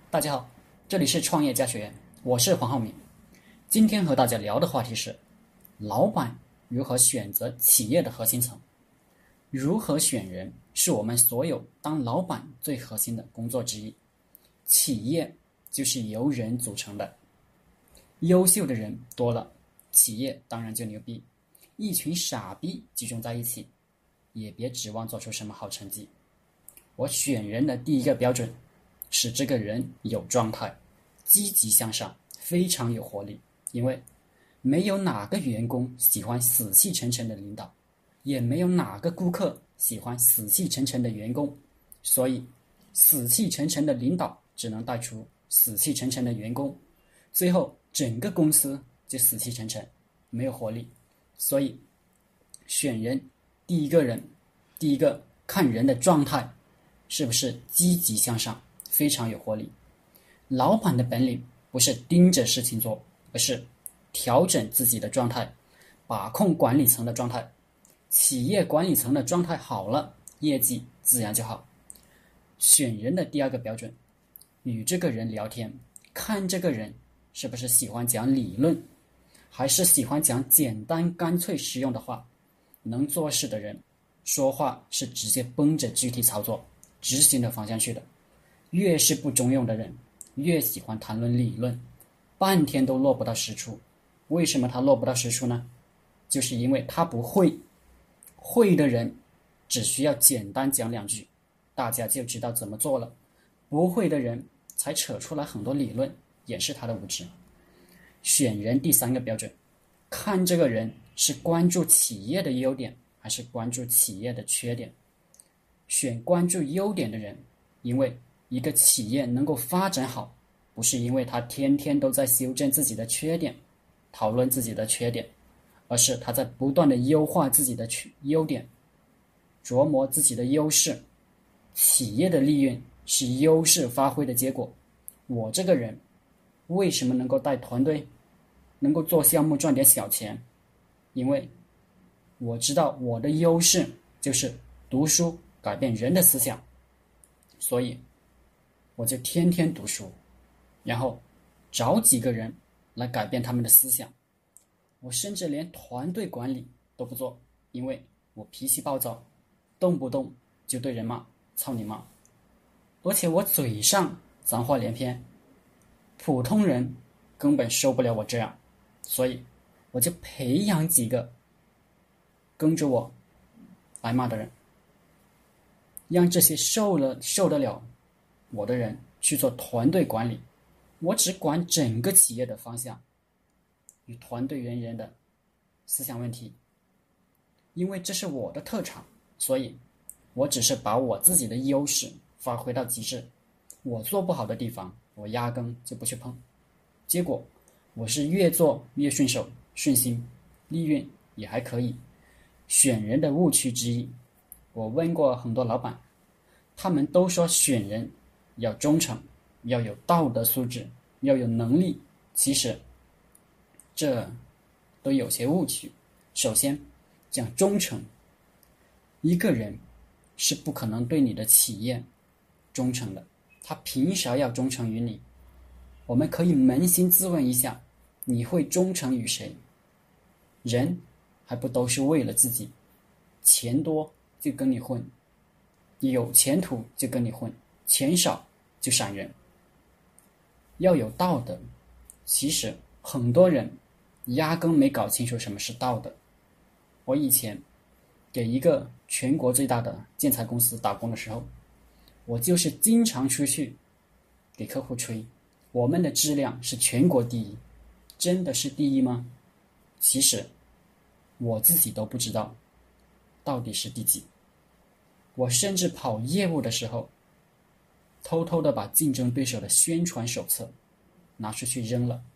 大家好，这里是创业家学院，我是黄浩明。今天和大家聊的话题是：老板如何选择企业的核心层？如何选人是我们所有当老板最核心的工作之一。企业就是由人组成的，优秀的人多了，企业当然就牛逼。一群傻逼集中在一起，也别指望做出什么好成绩。我选人的第一个标准是这个人有状态，积极向上，非常有活力。因为没有哪个员工喜欢死气沉沉的领导，也没有哪个顾客喜欢死气沉沉的员工，所以死气沉沉的领导只能带出死气沉沉的员工，最后整个公司就死气沉沉，没有活力。所以选人第一个看人的状态是不是积极向上，非常有活力。老板的本领不是盯着事情做，而是调整自己的状态，把控管理层的状态。企业管理层的状态好了，业绩自然就好。选人的第二个标准，与这个人聊天，看这个人是不是喜欢讲理论，还是喜欢讲简单干脆实用的话。能做事的人说话是直接奔着具体操作执行的方向去的，越是不中用的人越喜欢谈论理论，半天都落不到实处。为什么他落不到实处呢？就是因为他不会。会的人只需要简单讲两句，大家就知道怎么做了。不会的人才扯出来很多理论，掩饰他的无知。选人第三个标准，看这个人是关注企业的优点，还是关注企业的缺点。选关注优点的人，因为一个企业能够发展好，不是因为他天天都在修正自己的缺点，讨论自己的缺点，而是他在不断的优化自己的优点，琢磨自己的优势。企业的利润是优势发挥的结果。我这个人为什么能够带团队，能够做项目赚点小钱？因为我知道我的优势就是读书改变人的思想，所以我就天天读书，然后找几个人来改变他们的思想。我甚至连团队管理都不做，因为我脾气暴躁，动不动就对人骂，操你妈！而且我嘴上脏话连篇，普通人根本受不了我这样，所以我就培养几个跟着我挨骂的人，让这些受得了我的人去做团队管理。我只管整个企业的方向与团队人员的思想问题，因为这是我的特长，所以我只是把我自己的优势发挥到极致，我做不好的地方我压根就不去碰。结果我是越做越顺手顺心，利润也还可以。选人的误区之一，我问过很多老板，他们都说选人要忠诚，要有道德素质，要有能力。其实这都有些误区。首先讲忠诚，一个人是不可能对你的企业忠诚的，他凭啥要忠诚于你？我们可以扪心自问一下，你会忠诚于谁？人还不都是为了自己，钱多就跟你混，有前途就跟你混，钱少就闪人。要有道德，其实很多人压根没搞清楚什么是道德。我以前给一个全国最大的建材公司打工的时候，我就是经常出去给客户吹，我们的质量是全国第一。真的是第一吗？其实我自己都不知道到底是第几。我甚至跑业务的时候，偷偷的把竞争对手的宣传手册拿出去扔了，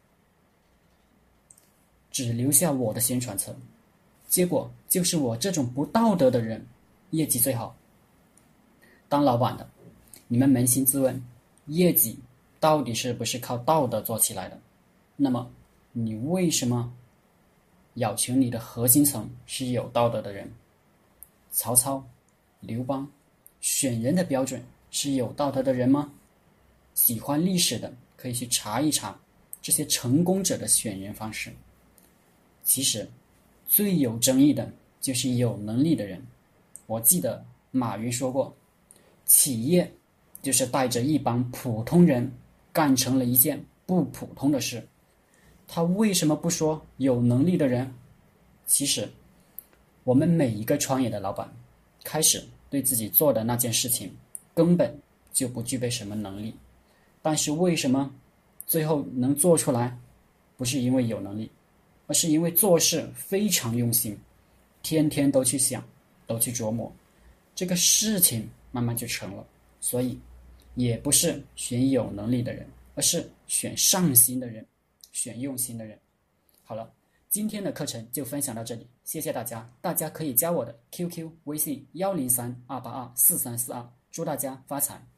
只留下我的宣传册。结果就是我这种不道德的人业绩最好。当老板的，你们扪心自问，业绩到底是不是靠道德做起来的？那么你为什么要求你的核心层是有道德的人？曹操、刘邦选人的标准是有道德的人吗？ 喜欢历史的可以去查一查这些成功者的选人方式。其实最有争议的就是有能力的人。我记得马云说过，企业就是带着一帮普通人干成了一件不普通的事。他为什么不说有能力的人？其实我们每一个创业的老板开始对自己做的那件事情根本就不具备什么能力，但是为什么最后能做出来？不是因为有能力，而是因为做事非常用心，天天都去想，都去琢磨，这个事情慢慢就成了。所以也不是选有能力的人，而是选上心的人，选用心的人。好了，今天的课程就分享到这里，谢谢大家。大家可以加我的 QQ 微信103-282-4342，祝大家发财。